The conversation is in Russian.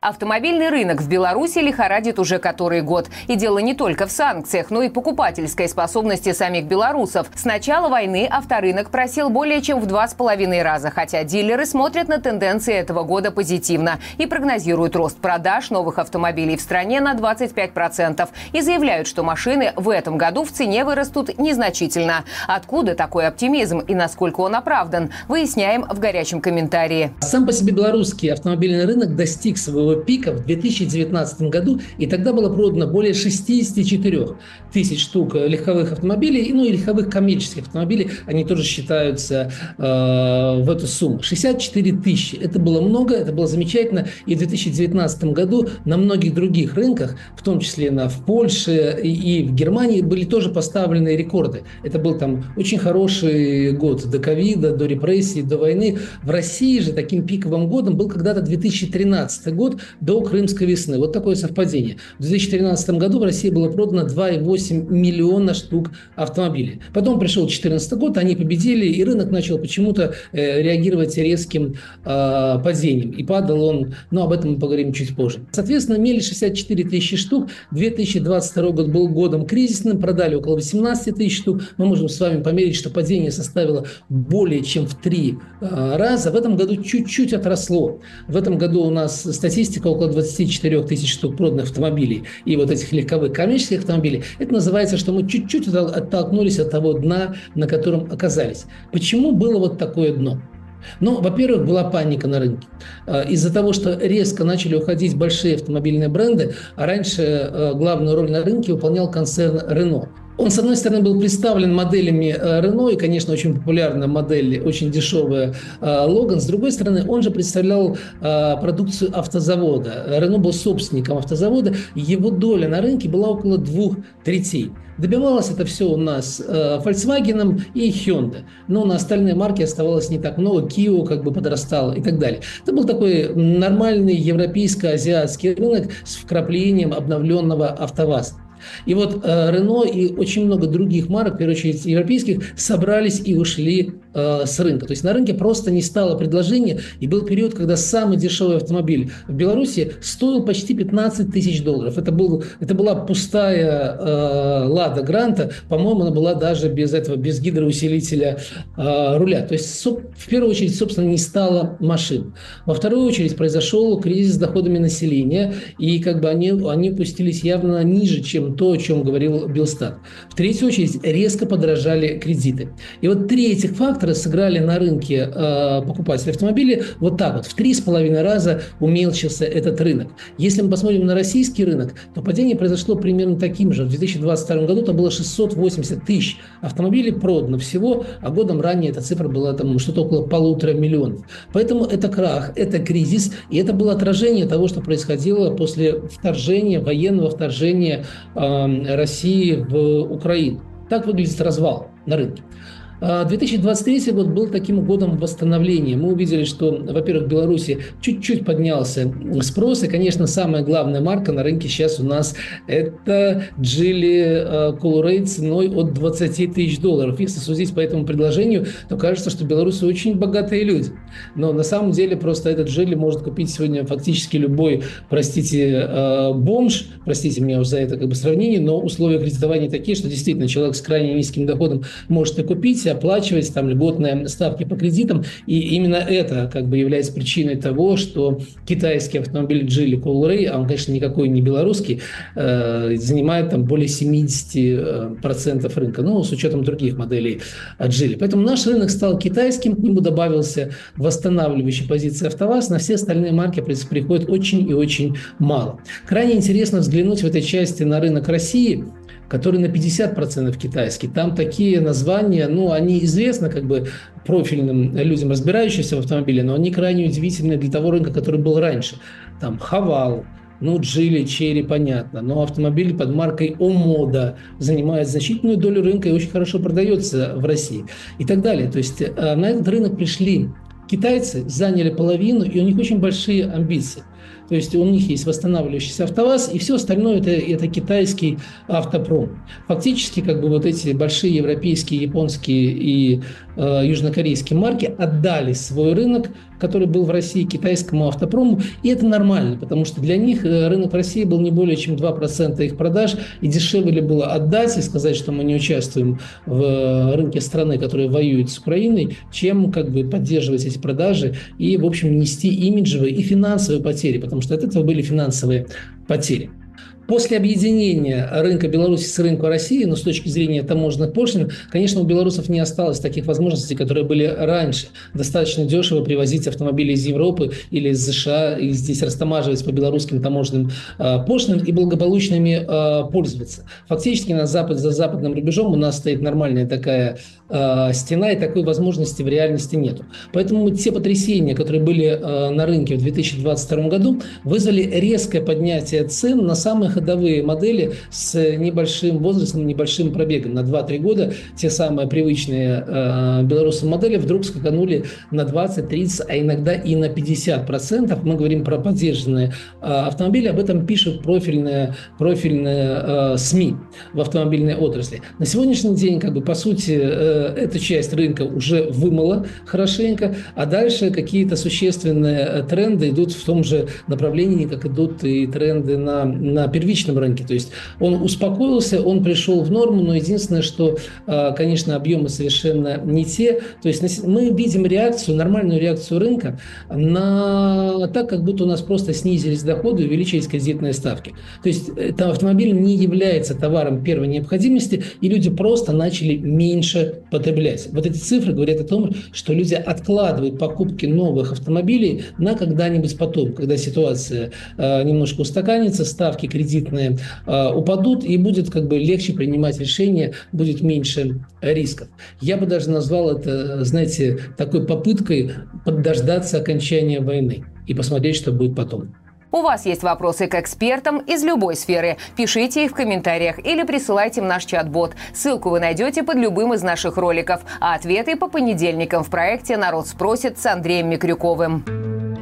Автомобильный рынок в Беларуси лихорадит уже который год. И дело не только в санкциях, но и покупательской способности самих белорусов. С начала войны авторынок просел более чем в 2,5 раза, хотя дилеры смотрят на тенденции этого года позитивно и прогнозируют рост продаж новых автомобилей в стране на 25% и заявляют, что машины в этом году в цене вырастут незначительно. Откуда такой оптимизм и насколько он оправдан, выясняем в горячем комментарии. Сам по себе белорусский автомобильный рынок достиг своего пика в 2019 году, и тогда было продано более 64 тысяч штук легковых автомобилей, и легковых коммерческих автомобилей, они тоже считаются в эту сумму. 64 тысячи. Это было много, это было замечательно, и в 2019 году на многих других рынках, в том числе в Польше и в Германии, были тоже поставлены рекорды. Это был там очень хороший год до ковида, до репрессий, до войны. В России же таким пиковым годом был когда-то 2013 год, до Крымской весны. Вот такое совпадение. В 2013 году в России было продано 2,8 миллиона штук автомобилей. Потом пришел 2014 год, они победили, и рынок начал почему-то реагировать резким падением. И падал он, об этом мы поговорим чуть позже. Соответственно, имели 64 тысячи штук. 2022 год был годом кризисным, продали около 18 тысяч штук. Мы можем с вами померить, что падение составило более чем в 3 раза. В этом году чуть-чуть отросло. В этом году у нас статистика около 24 тысяч штук проданных автомобилей и вот этих легковых коммерческих автомобилей. Это называется, что мы чуть-чуть оттолкнулись от того дна, на котором оказались. Почему было вот такое дно? Во-первых, была паника на рынке. Из-за того, что резко начали уходить большие автомобильные бренды, а раньше главную роль на рынке выполнял концерн Renault. Он, с одной стороны, был представлен моделями Renault, и, конечно, очень популярная модель, очень дешевая Logan. С другой стороны, он же представлял продукцию автозавода. Renault был собственником автозавода, его доля на рынке была около 2/3. Добивалось это все у нас Volkswagen и Hyundai. Но на остальные марки оставалось не так много. Kia подрастала и так далее. Это был такой нормальный европейско-азиатский рынок с вкраплением обновленного АвтоВАЗа. И вот Renault и очень много других марок, в первую очередь европейских, собрались и ушли с рынка. То есть на рынке просто не стало предложения, и был период, когда самый дешевый автомобиль в Беларуси стоил почти 15 тысяч долларов. Это была пустая Лада Гранта, по-моему, она была даже без гидроусилителя руля. То есть в первую очередь, собственно, не стало машин. Во вторую очередь произошел кризис с доходами населения, и они опустились явно ниже, чем то, о чем говорил Белстат. В третью очередь резко подорожали кредиты. И вот 3 этих фактора сыграли на рынке покупателей автомобилей вот так вот. В 3,5 раза уменьшился этот рынок. Если мы посмотрим на российский рынок, то падение произошло примерно таким же. В 2022 году это было 680 тысяч автомобилей продано всего, а годом ранее эта цифра была что-то около 1,5 миллиона. Поэтому это крах, это кризис, и это было отражение того, что происходило после военного вторжения России в Украину. Так выглядит развал на рынке. 2023 год был таким годом восстановления. Мы увидели, что, во-первых, в Беларуси чуть-чуть поднялся спрос, и, конечно, самая главная марка на рынке сейчас у нас – это Geely Coolray ценой от 20 тысяч долларов. Если судить по этому предложению, то кажется, что белорусы очень богатые люди. Но на самом деле просто этот Geely может купить сегодня фактически любой, бомж, простите меня уже за это сравнение, но условия кредитования такие, что действительно человек с крайне низким доходом может и купить, оплачивать льготные ставки по кредитам. И именно это является причиной того, что китайский автомобиль Geely Coolray, а он, конечно, никакой не белорусский, занимает более 70% рынка, с учетом других моделей от Geely. Поэтому наш рынок стал китайским, к нему добавился восстанавливающей позиции АвтоВАЗ, на все остальные марки приходит очень и очень мало. Крайне интересно взглянуть в этой части на рынок России, который на 50% китайский. Там такие названия, они известны профильным людям, разбирающимся в автомобиле, но они крайне удивительны для того рынка, который был раньше. Там Haval, Geely, Chery, понятно, но автомобиль под маркой Omoda занимает значительную долю рынка и очень хорошо продается в России и так далее. То есть на этот рынок пришли китайцы, заняли половину, и у них очень большие амбиции. То есть у них есть восстанавливающийся АвтоВАЗ, и все остальное это китайский автопром. Фактически как бы вот эти большие европейские, японские и южнокорейские марки отдали свой рынок, который был в России, китайскому автопрому, и это нормально, потому что для них рынок в России был не более чем 2% их продаж, и дешевле было отдать и сказать, что мы не участвуем в рынке страны, которая воюет с Украиной, чем как бы поддерживать эти продажи и, в общем, нести имиджевые и финансовые потери, потому что от этого были финансовые потери. После объединения рынка Беларуси с рынком России, но с точки зрения таможенных пошлин, конечно, у белорусов не осталось таких возможностей, которые были раньше. Достаточно дешево привозить автомобили из Европы или из США и здесь растамаживать по белорусским таможенным пошлинам и благополучно ими пользоваться. Фактически за западным рубежом у нас стоит нормальная такая стена, и такой возможности в реальности нету. Поэтому те потрясения, которые были на рынке в 2022 году, вызвали резкое поднятие цен на самые ходовые модели с небольшим возрастом, небольшим пробегом. На 2-3 года те самые привычные белорусам модели вдруг скаканули на 20, 30, а иногда и на 50%. Мы говорим про поддержанные автомобили, об этом пишут профильные СМИ в автомобильной отрасли. На сегодняшний день, как бы, по сути, эта часть рынка уже вымыла хорошенько, а дальше какие-то существенные тренды идут в том же направлении, как идут и тренды на первичном рынке. То есть он успокоился, он пришел в норму, но единственное, что, конечно, объемы совершенно не те. То есть мы видим реакцию, нормальную реакцию рынка на так, как будто у нас просто снизились доходы, увеличились кредитные ставки. То есть автомобиль не является товаром первой необходимости, и люди просто начали меньше потреблять. Вот эти цифры говорят о том, что люди откладывают покупки новых автомобилей на когда-нибудь потом, когда ситуация немножко устаканится, ставки кредитные упадут, и будет как бы легче принимать решения, будет меньше рисков. Я бы даже назвал это, знаете, такой попыткой подождаться окончания войны и посмотреть, что будет потом. У вас есть вопросы к экспертам из любой сферы? Пишите их в комментариях или присылайте в наш чат-бот. Ссылку вы найдете под любым из наших роликов. А ответы по понедельникам в проекте «Народ спросит» с Андреем Микрюковым.